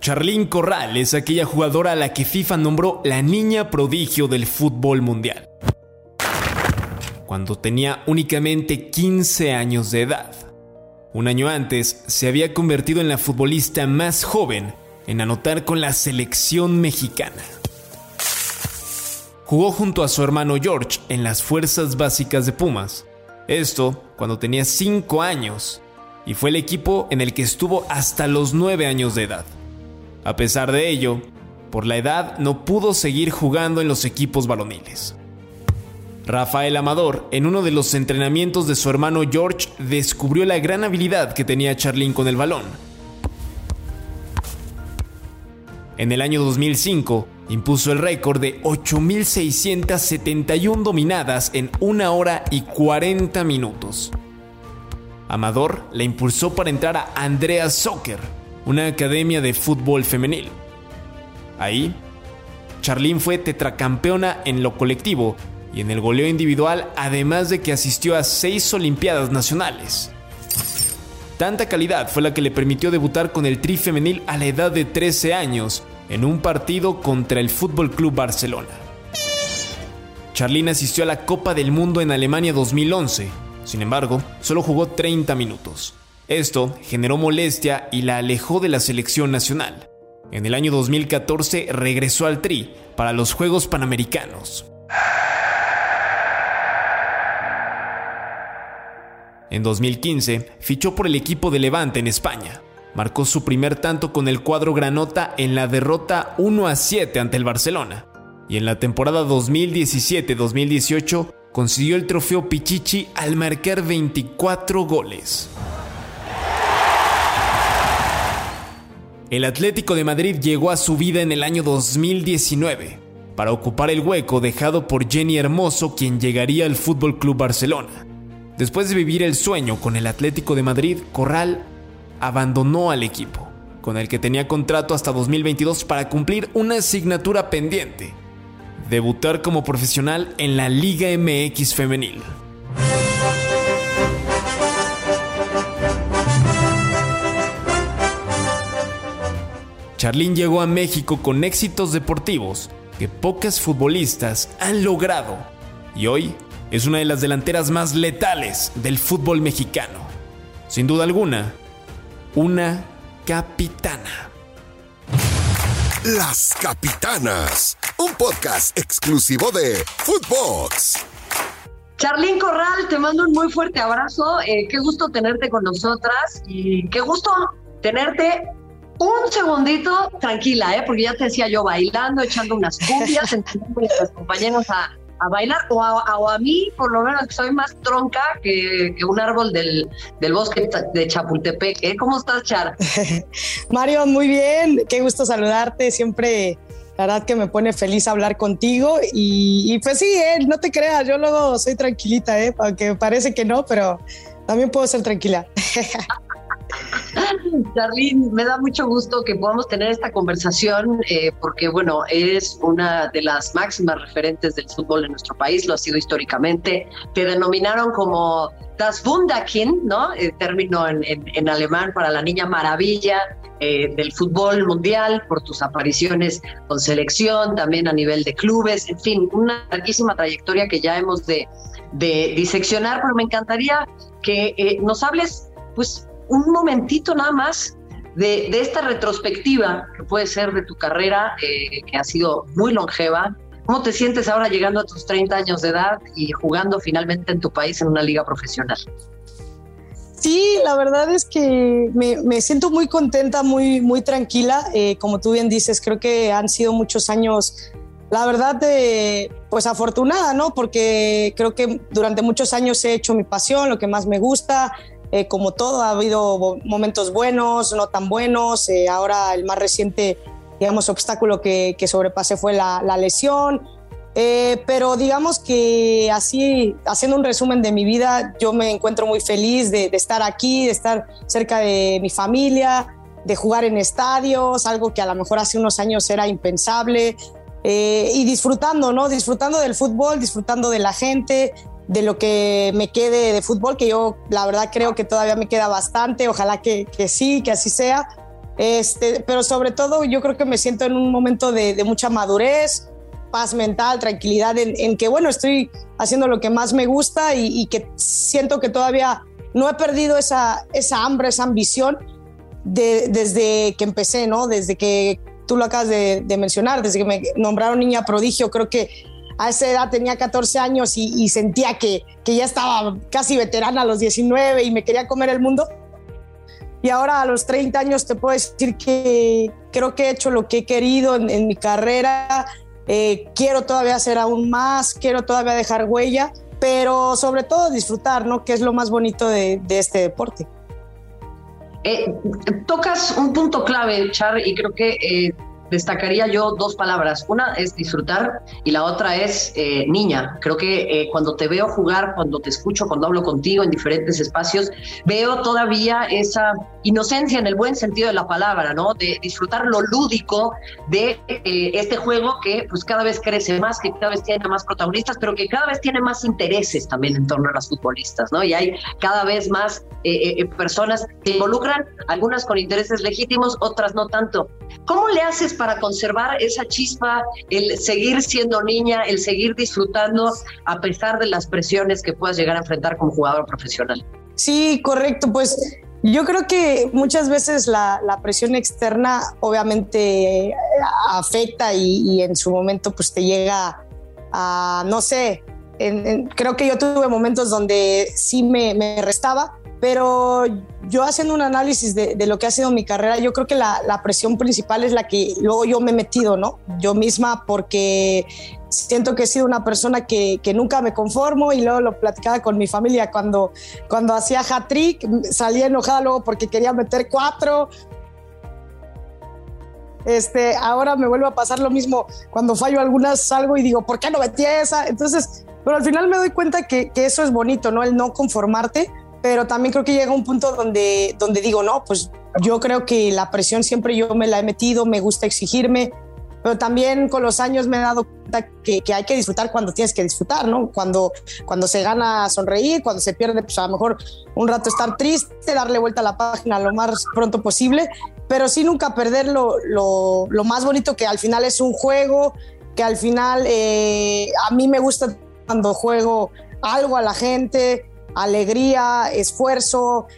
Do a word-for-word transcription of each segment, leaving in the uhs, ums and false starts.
Charlín Corral es aquella jugadora a la que FIFA nombró la niña prodigio del fútbol mundial, cuando tenía únicamente quince años de edad. Un año antes, se había convertido en la futbolista más joven en anotar con la selección mexicana. Jugó junto a su hermano George en las fuerzas básicas de Pumas, esto cuando tenía cinco años, y fue el equipo en el que estuvo hasta los nueve años de edad. A pesar de ello, por la edad no pudo seguir jugando en los equipos varoniles. Rafael Amador, en uno de los entrenamientos de su hermano George, descubrió la gran habilidad que tenía Charlín con el balón. En el año dos mil cinco, impuso el récord de ocho mil seiscientas setenta y una dominadas en una hora y cuarenta minutos. Amador la impulsó para entrar a Andrea Soccer, una academia de fútbol femenil. Ahí, Charlín fue tetracampeona en lo colectivo y en el goleo individual, además de que asistió a seis Olimpiadas Nacionales. Tanta calidad fue la que le permitió debutar con el Tri femenil a la edad de trece años en un partido contra el F C Barcelona. Charlín asistió a la Copa del Mundo en Alemania dos mil once, sin embargo, solo jugó treinta minutos. Esto generó molestia y la alejó de la selección nacional. En el año dos mil catorce regresó al Tri para los Juegos Panamericanos. En dos mil quince, fichó por el equipo de Levante en España. Marcó su primer tanto con el cuadro granota en la derrota uno a siete ante el Barcelona. Y en la temporada dos mil diecisiete dos mil dieciocho consiguió el trofeo Pichichi al marcar veinticuatro goles. El Atlético de Madrid llegó a su vida en el año dos mil diecinueve para ocupar el hueco dejado por Jenny Hermoso, quien llegaría al F C Barcelona. Después de vivir el sueño con el Atlético de Madrid, Corral abandonó al equipo, con el que tenía contrato hasta dos mil veintidós para cumplir una asignatura pendiente: debutar como profesional en la Liga M X femenil. Charlín llegó a México con éxitos deportivos que pocas futbolistas han logrado, y hoy es una de las delanteras más letales del fútbol mexicano. Sin duda alguna, una capitana. Las Capitanas, un podcast exclusivo de Footbox. Charlín Corral, te mando un muy fuerte abrazo. Eh, qué gusto tenerte con nosotras y qué gusto tenerte un segundito tranquila, ¿eh? Porque ya te decía yo, bailando, echando unas cumbias, enseñando a los compañeros a, a bailar, o a, o a mí, por lo menos, que soy más tronca que, que un árbol del, del bosque de Chapultepec. ¿eh? ¿Cómo estás, Char? Marion, muy bien, qué gusto saludarte, siempre, la verdad que me pone feliz hablar contigo, y, y pues sí, eh, no te creas, yo luego soy tranquilita, ¿eh? Aunque parece que no, pero también puedo ser tranquila. Charlín, me da mucho gusto que podamos tener esta conversación eh, porque, bueno, eres una de las máximas referentes del fútbol en nuestro país, lo ha sido históricamente. Te denominaron como Das Wunderkind, ¿no? El término en, en, en alemán para la niña maravilla eh, del fútbol mundial, por tus apariciones con selección, también a nivel de clubes, en fin, una larguísima trayectoria que ya hemos de, de diseccionar, pero me encantaría que eh, nos hables, pues, un momentito nada más de, de esta retrospectiva que puede ser de tu carrera, eh, que ha sido muy longeva. ¿Cómo te sientes ahora llegando a tus treinta años de edad y jugando finalmente en tu país en una liga profesional? Sí, la verdad es que me, me siento muy contenta, muy, muy tranquila. Eh, como tú bien dices, creo que han sido muchos años, la verdad, de, pues afortunada, ¿no? Porque creo que durante muchos años he hecho mi pasión, lo que más me gusta. Eh, como todo, ha habido momentos buenos, no tan buenos. Eh, ahora el más reciente, digamos, obstáculo que, que sobrepasé fue la, la lesión. Eh, pero digamos que así, haciendo un resumen de mi vida, yo me encuentro muy feliz de, de estar aquí, de estar cerca de mi familia, de jugar en estadios, algo que a lo mejor hace unos años era impensable. Eh, y disfrutando, ¿no? Disfrutando del fútbol, disfrutando de la gente, de lo que me quede de fútbol, que yo la verdad creo que todavía me queda bastante, ojalá que, que sí, que así sea, Este, pero sobre todo yo creo que me siento en un momento de, de mucha madurez, paz mental, tranquilidad en, en que, bueno, estoy haciendo lo que más me gusta y, y que siento que todavía no he perdido esa, esa hambre, esa ambición de, desde que empecé, ¿no? Desde que tú lo acabas de, de mencionar, desde que me nombraron niña prodigio. Creo que a esa edad tenía catorce años y, y sentía que, que ya estaba casi veterana a los diecinueve y me quería comer el mundo. Y ahora a los treinta años te puedo decir que creo que he hecho lo que he querido en, en mi carrera. Eh, quiero todavía hacer aún más, quiero todavía dejar huella, pero sobre todo disfrutar, ¿no? Que es lo más bonito de, de este deporte. Eh, tocas un punto clave, Char, y creo que eh, destacaría yo dos palabras. Una es disfrutar y la otra es eh, niña. Creo que eh, cuando te veo jugar, cuando te escucho, cuando hablo contigo en diferentes espacios, veo todavía esa inocencia en el buen sentido de la palabra, ¿no? De disfrutar lo lúdico de eh, este juego que pues cada vez crece más, que cada vez tiene más protagonistas, pero que cada vez tiene más intereses también en torno a los futbolistas, ¿no? Y hay cada vez más eh, eh, personas que involucran, algunas con intereses legítimos, otras no tanto. ¿Cómo le haces para conservar esa chispa, el seguir siendo niña, el seguir disfrutando a pesar de las presiones que puedas llegar a enfrentar como jugador profesional? Sí, correcto. Pues yo creo que muchas veces la, la presión externa obviamente afecta y, y en su momento pues te llega a, no sé, en, en, creo que yo tuve momentos donde sí me, me restaba, pero yo haciendo un análisis de, de lo que ha sido mi carrera, yo creo que la, la presión principal es la que luego yo me he metido, ¿no? Yo misma, porque siento que he sido una persona que, que nunca me conformo, y luego lo platicaba con mi familia cuando, cuando hacía hat-trick, salía enojada luego porque quería meter cuatro. Este, ahora me vuelve a pasar lo mismo cuando fallo algunas, salgo y digo, ¿por qué no metí esa? Entonces, pero al final me doy cuenta que, que eso es bonito, ¿no? El no conformarte. Pero también creo que llega un punto donde, donde digo, no, pues yo creo que la presión siempre yo me la he metido, me gusta exigirme, pero también con los años me he dado cuenta que, que hay que disfrutar cuando tienes que disfrutar, ¿no? Cuando, cuando se gana, sonreír, cuando se pierde, pues a lo mejor un rato estar triste, darle vuelta a la página lo más pronto posible, pero sí nunca perder lo, lo, lo más bonito, que al final es un juego, que al final eh, a mí me gusta cuando juego algo a la gente, alegría, esfuerzo,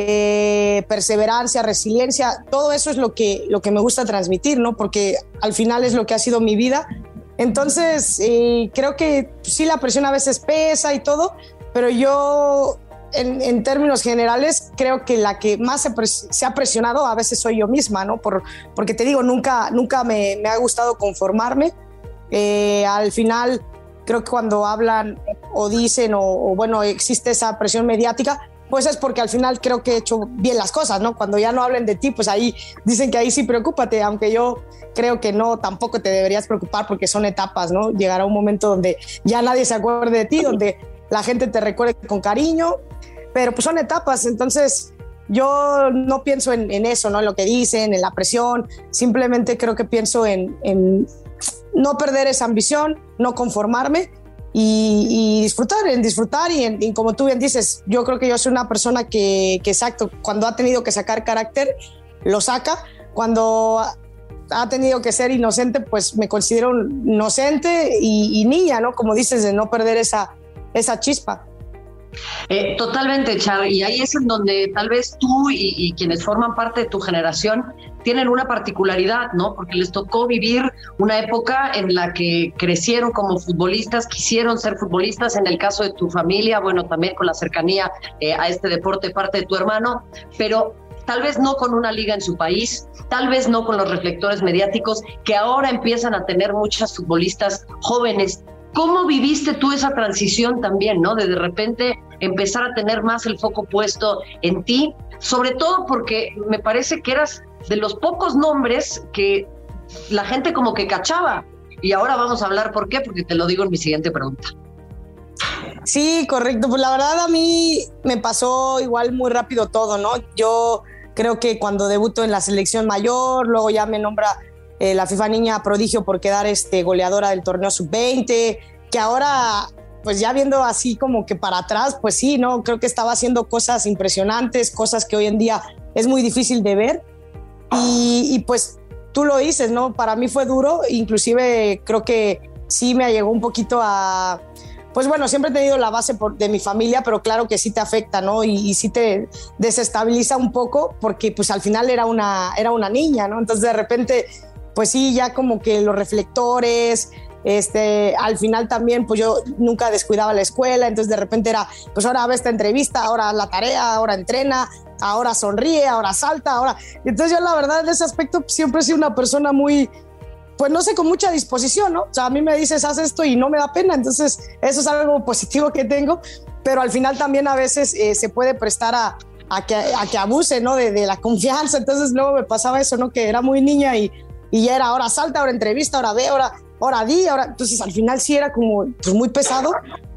eh, perseverancia, resiliencia, todo eso es lo que, lo que me gusta transmitir, ¿no? Porque al final es lo que ha sido mi vida. Entonces, eh, creo que sí, la presión a veces pesa y todo, pero yo, en, en términos generales, creo que la que más se, pres- se ha presionado a veces soy yo misma, ¿no? Por, porque te digo, nunca, nunca me, me ha gustado conformarme. Eh, al final, creo que cuando hablan o dicen o, o bueno, existe esa presión mediática, pues es porque al final creo que he hecho bien las cosas, ¿no? Cuando ya no hablen de ti, pues ahí dicen que ahí sí preocúpate, aunque yo creo que no, tampoco te deberías preocupar porque son etapas, ¿no? Llegará un momento donde ya nadie se acuerde de ti, donde la gente te recuerde con cariño, pero pues son etapas. Entonces yo no pienso en, en eso, ¿no? En lo que dicen, en la presión, simplemente creo que pienso en, en no perder esa ambición, no conformarme y, y disfrutar, en disfrutar y, en, y como tú bien dices, yo creo que yo soy una persona que, que exacto, cuando ha tenido que sacar carácter, lo saca, cuando ha tenido que ser inocente, pues me considero inocente y, y niña, ¿no? Como dices, de no perder esa, esa chispa. Eh, totalmente, Char, y ahí es en donde tal vez tú y, y quienes forman parte de tu generación tienen una particularidad, ¿no? Porque les tocó vivir una época en la que crecieron como futbolistas, quisieron ser futbolistas. En el caso de tu familia, bueno, también con la cercanía eh, a este deporte, parte de tu hermano, pero tal vez no con una liga en su país, tal vez no con los reflectores mediáticos que ahora empiezan a tener muchas futbolistas jóvenes. ¿Cómo viviste tú esa transición también, no? De de repente empezar a tener más el foco puesto en ti, sobre todo porque me parece que eras de los pocos nombres que la gente como que cachaba. Y ahora vamos a hablar por qué, porque te lo digo en mi siguiente pregunta. Sí, correcto. Pues la verdad a mí me pasó igual muy rápido todo, ¿no? Yo creo que cuando debuto en la selección mayor, luego ya me nombra Eh, la FIFA Niña Prodigio por quedar este, goleadora del torneo sub veinte, que ahora, pues ya viendo así como que para atrás, pues sí, ¿no? Creo que estaba haciendo cosas impresionantes, cosas que hoy en día es muy difícil de ver, y, y pues tú lo dices, ¿no? Para mí fue duro, inclusive creo que sí me llegó un poquito a... Pues bueno, siempre he tenido la base por, de mi familia, pero claro que sí te afecta, ¿no? Y, y sí te desestabiliza un poco porque pues al final era una, era una niña, ¿no? Entonces de repente, pues sí, ya como que los reflectores, este, al final también pues yo nunca descuidaba la escuela, entonces de repente era, pues ahora ve esta entrevista, ahora la tarea, ahora entrena, ahora sonríe, ahora salta, ahora... Entonces yo la verdad en ese aspecto siempre he sido una persona muy... pues no sé, con mucha disposición, ¿no? O sea, a mí me dices, haz esto y no me da pena, entonces eso es algo positivo que tengo, pero al final también a veces eh, se puede prestar a, a, que, a que abuse, ¿no? De, de la confianza, entonces luego me pasaba eso, ¿no? Que era muy niña y, y ya era, ahora salta, ahora entrevista, ahora ve, ahora, ahora di, ahora... Entonces al final sí era como pues, muy pesado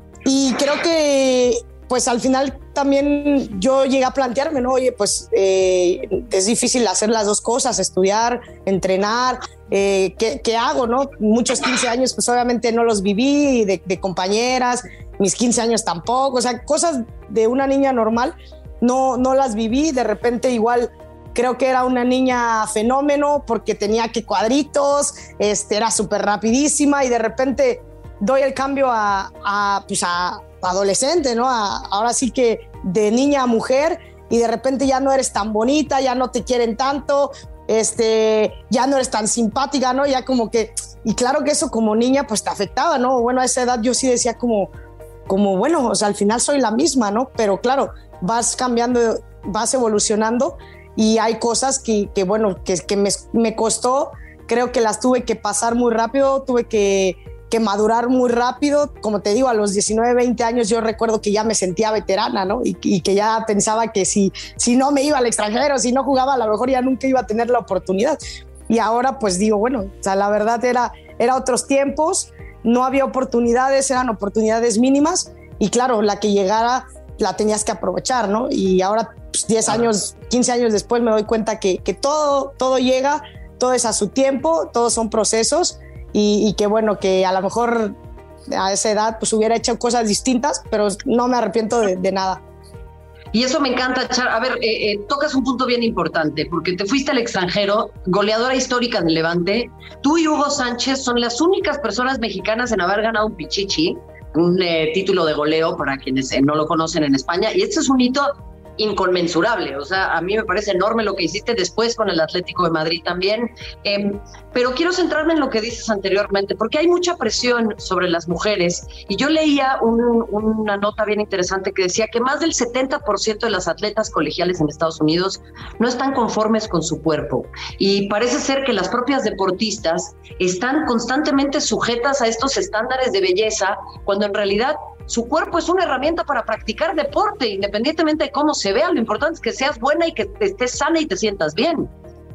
y creo que pues al final también yo llegué a plantearme, ¿no? Oye, pues eh, es difícil hacer las dos cosas, estudiar, entrenar, eh, ¿qué, ¿qué hago, no? Muchos quince años, pues obviamente no los viví, de, de compañeras, mis quince años tampoco, o sea, cosas de una niña normal no, no las viví, de repente igual creo que era una niña fenómeno porque tenía que cuadritos, este, era súper rapidísima y de repente doy el cambio a, a, pues a adolescente, ¿no? A, ahora sí que de niña a mujer y de repente ya no eres tan bonita, ya no te quieren tanto, este, ya no eres tan simpática, ¿no? Ya como que, y claro que eso como niña pues te afectaba, ¿no? Bueno, a esa edad yo sí decía como, como bueno, o sea, al final soy la misma, ¿no? Pero claro, vas cambiando, vas evolucionando y hay cosas que, que bueno, que, que me, me costó, creo que las tuve que pasar muy rápido, tuve que que madurar muy rápido, como te digo, a los diecinueve, veinte años yo recuerdo que ya me sentía veterana, ¿no? Y, y que ya pensaba que si, si no me iba al extranjero, si no jugaba, a lo mejor ya nunca iba a tener la oportunidad. Y ahora pues digo, bueno, o sea, la verdad era, era otros tiempos, no había oportunidades, eran oportunidades mínimas y claro, la que llegara la tenías que aprovechar, ¿no? Y ahora pues, diez años, quince años después me doy cuenta que, que todo, todo llega, todo es a su tiempo, todos son procesos. Y, y que bueno, que a lo mejor a esa edad pues hubiera hecho cosas distintas, pero no me arrepiento de, de nada. Y eso me encanta, Char. A ver, eh, eh, tocas un punto bien importante, porque te fuiste al extranjero, goleadora histórica del Levante. Tú y Hugo Sánchez son las únicas personas mexicanas en haber ganado un Pichichi, un eh, título de goleo para quienes eh, no lo conocen en España. Y este es un hito inconmensurable, o sea, a mí me parece enorme lo que hiciste después con el Atlético de Madrid también, eh, pero quiero centrarme en lo que dices anteriormente, porque hay mucha presión sobre las mujeres, y yo leía un, una nota bien interesante que decía que más del setenta por ciento de las atletas colegiales en Estados Unidos no están conformes con su cuerpo, y parece ser que las propias deportistas están constantemente sujetas a estos estándares de belleza, cuando en realidad su cuerpo es una herramienta para practicar deporte, independientemente de cómo se vea. Lo importante es que seas buena y que estés sana y te sientas bien.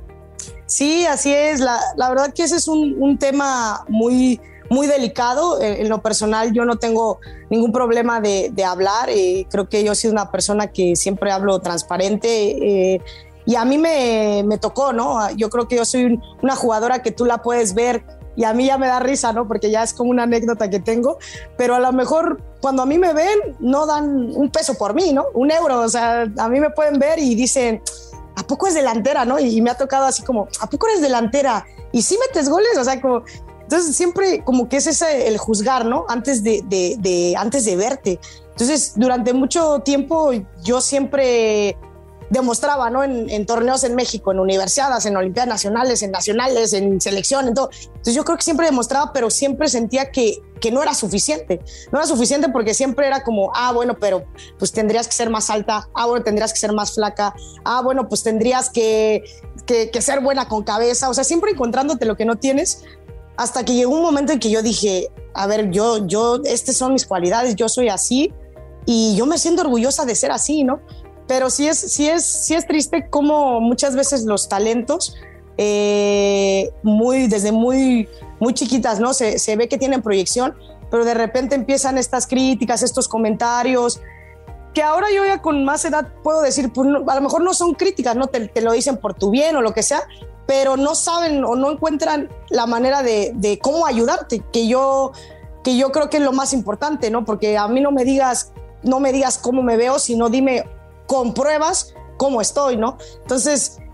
Sí, así es. La, la verdad que ese es un, un tema muy, muy delicado. En, en lo personal yo no tengo ningún problema de, de hablar. Eh, creo que yo soy una persona que siempre hablo transparente. Eh, y a mí me, me tocó, ¿no? Yo creo que yo soy una jugadora que tú la puedes ver y a mí ya me da risa, ¿no? Porque ya es como una anécdota que tengo, pero a lo mejor cuando a mí me ven, no dan un peso por mí, ¿no? Un euro, o sea, a mí me pueden ver y dicen, ¿a poco es delantera, no? Y me ha tocado así como, ¿a poco eres delantera? ¿Y sí metes goles? O sea, como... Entonces siempre como que es ese el juzgar, ¿no? Antes de, de, de, antes de verte. Entonces, durante mucho tiempo yo siempre demostraba, ¿no? En, en torneos en México, en universidades, en olimpiadas nacionales, en nacionales, en selección, en todo. Entonces yo creo que siempre demostraba, pero siempre sentía que, que no era suficiente. No era suficiente porque siempre era como, ah, bueno, pero pues tendrías que ser más alta, ah, bueno, tendrías que ser más flaca, ah, bueno, pues tendrías que, que, que ser buena con cabeza. O sea, siempre encontrándote lo que no tienes, hasta que llegó un momento en que yo dije, a ver, yo, yo, estas son mis cualidades, yo soy así y yo me siento orgullosa de ser así, ¿no? Pero sí es, sí es, sí es triste cómo muchas veces los talentos, eh, muy, desde muy, muy chiquitas, ¿no? Se, se ve que tienen proyección, pero de repente empiezan estas críticas, estos comentarios, que ahora yo ya con más edad puedo decir, pues no, a lo mejor no son críticas, ¿no? Te, te lo dicen por tu bien o lo que sea, pero no saben o no encuentran la manera de, de cómo ayudarte, que yo, que yo creo que es lo más importante, ¿no? Porque a mí no me digas, no me digas cómo me veo, sino dime con pruebas cómo estoy, ¿no? Entonces,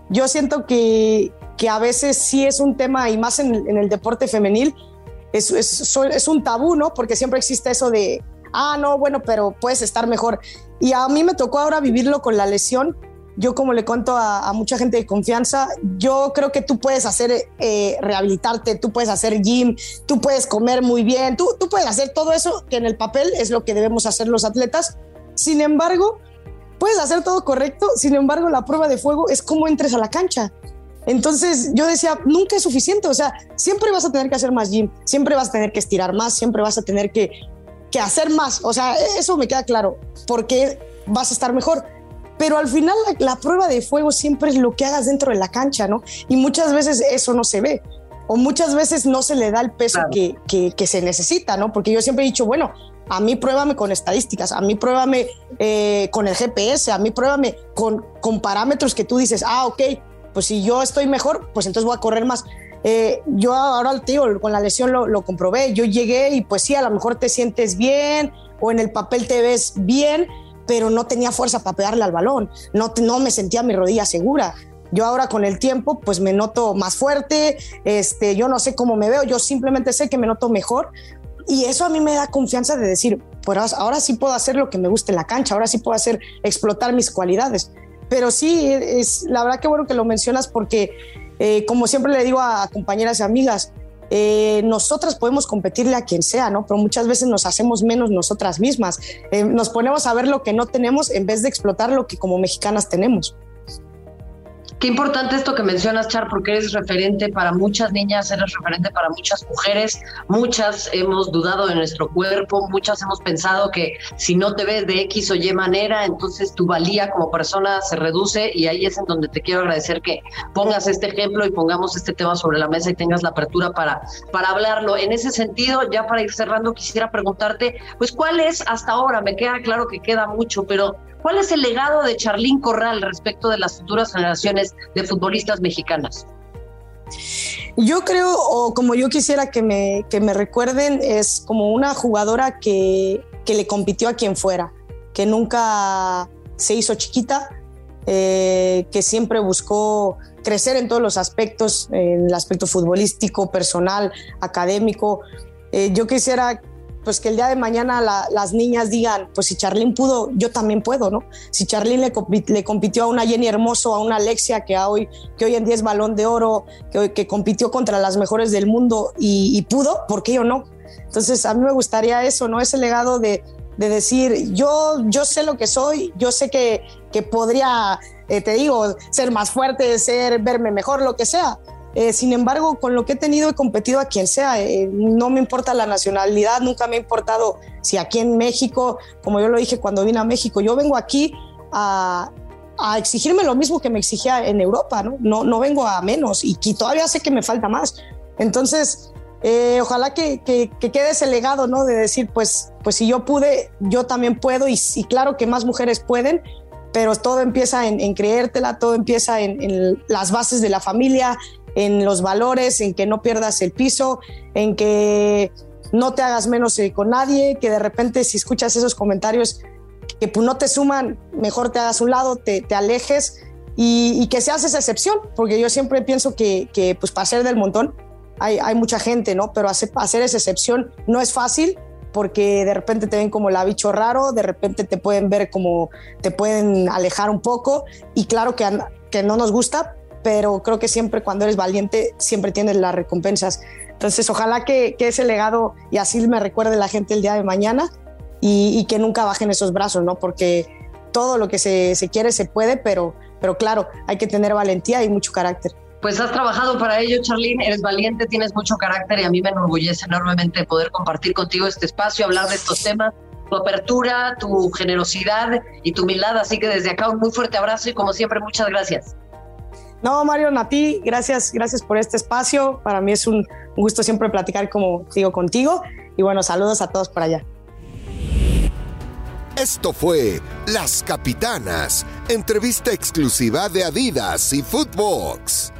yo siento que, que a veces sí es un tema, y más en, en el deporte femenil, es, es, es un tabú, ¿no? Porque siempre existe eso de, ah, no, bueno, pero puedes estar mejor. Y a mí me tocó ahora vivirlo con la lesión. Yo, como le cuento a, a mucha gente de confianza, yo creo que tú puedes hacer, eh, rehabilitarte, tú puedes hacer gym, tú puedes comer muy bien, tú, tú puedes hacer todo eso que en el papel es lo que debemos hacer los atletas. Sin embargo, puedes hacer todo correcto, sin embargo, la prueba de fuego es cómo entres a la cancha. Entonces yo decía, nunca es suficiente, o sea, siempre vas a tener que hacer más gym, siempre vas a tener que estirar más, siempre vas a tener que, que hacer más, o sea, eso me queda claro, porque vas a estar mejor. Pero al final la, la prueba de fuego siempre es lo que hagas dentro de la cancha, ¿no? Y muchas veces eso no se ve, o muchas veces no se le da el peso claro. que, que, que se necesita, ¿no? Porque yo siempre he dicho, bueno, a mí pruébame con estadísticas, a mí pruébame eh, con el G P S, a mí pruébame con, con parámetros que tú dices, ah, ok, pues si yo estoy mejor, pues entonces voy a correr más. Eh, yo ahora, tío, con la lesión lo, lo comprobé, yo llegué y pues sí, a lo mejor te sientes bien o en el papel te ves bien, pero no tenía fuerza para pegarle al balón, no, no me sentía mi rodilla segura. Yo ahora con el tiempo pues me noto más fuerte, este, yo no sé cómo me veo, yo simplemente sé que me noto mejor y eso a mí me da confianza de decir, pues ahora sí puedo hacer lo que me gusta en la cancha, ahora sí puedo hacer, explotar mis cualidades. Pero sí, es, la verdad que bueno que lo mencionas porque eh, como siempre le digo a, a compañeras y amigas, Eh, nosotras podemos competirle a quien sea, ¿no? Pero muchas veces nos hacemos menos nosotras mismas. Eh, nos ponemos a ver lo que no tenemos en vez de explotar lo que como mexicanas tenemos. Qué importante esto que mencionas, Char, porque eres referente para muchas niñas, eres referente para muchas mujeres. Muchas hemos dudado de nuestro cuerpo, muchas hemos pensado que si no te ves de X o Y manera, entonces tu valía como persona se reduce, y ahí es en donde te quiero agradecer que pongas este ejemplo y pongamos este tema sobre la mesa y tengas la apertura para, para hablarlo. En ese sentido, ya para ir cerrando, quisiera preguntarte, pues, ¿cuál es hasta ahora? Me queda claro que queda mucho, pero ¿cuál es el legado de Charlín Corral respecto de las futuras generaciones de futbolistas mexicanas? Yo creo, o como yo quisiera que me, que me recuerden, es como una jugadora que, que le compitió a quien fuera, que nunca se hizo chiquita, eh, que siempre buscó crecer en todos los aspectos, en el aspecto futbolístico, personal, académico. Eh, yo quisiera pues que el día de mañana la, las niñas digan, pues si Charlín pudo, yo también puedo, ¿no? Si Charlín le, le compitió a una Jenny Hermoso, a una Alexia, que hoy, que hoy en día es Balón de Oro, que, que compitió contra las mejores del mundo y, y pudo, ¿por qué yo no? Entonces a mí me gustaría eso, ¿no? Ese legado de, de decir, yo, yo sé lo que soy, yo sé que, que podría, eh, te digo, ser más fuerte, ser, verme mejor, lo que sea. Eh, sin embargo, con lo que he tenido he competido a quien sea, eh, no me importa la nacionalidad, nunca me ha importado si aquí en México, como yo lo dije cuando vine a México, yo vengo aquí a, a exigirme lo mismo que me exigía en Europa, ¿no? No, no vengo a menos y, y todavía sé que me falta más. Entonces, eh, ojalá que, que, que quede ese legado, ¿no? De decir, pues, pues si yo pude, yo también puedo, y, y claro que más mujeres pueden, pero todo empieza en, en creértela, todo empieza en, en las bases de la familia, en los valores, en que no pierdas el piso, en que no te hagas menos con nadie, que de repente si escuchas esos comentarios que pues no te suman, mejor te hagas un lado, te, te alejes y, y que seas esa excepción, porque yo siempre pienso que, que pues para ser del montón hay, hay mucha gente, ¿no? Pero hacer, hacer esa excepción no es fácil, porque de repente te ven como el bicho raro, de repente te pueden ver como, te pueden alejar un poco, y claro que, que no nos gusta, pero creo que siempre cuando eres valiente siempre tienes las recompensas. Entonces ojalá que, que ese legado y así me recuerde la gente el día de mañana, y, y que nunca bajen esos brazos, ¿no? Porque todo lo que se, se quiere se puede, pero, pero claro, hay que tener valentía y mucho carácter. Pues has trabajado para ello, Charlín, eres valiente, tienes mucho carácter, y a mí me enorgullece enormemente poder compartir contigo este espacio, hablar de estos temas, tu apertura, tu generosidad y tu humildad. Así que desde acá un muy fuerte abrazo y como siempre, muchas gracias. No, Marion, a ti, gracias, gracias por este espacio. Para mí es un, un gusto siempre platicar, como digo, contigo. Y bueno, saludos a todos por allá. Esto fue Las Capitanas, entrevista exclusiva de Adidas y Footbox.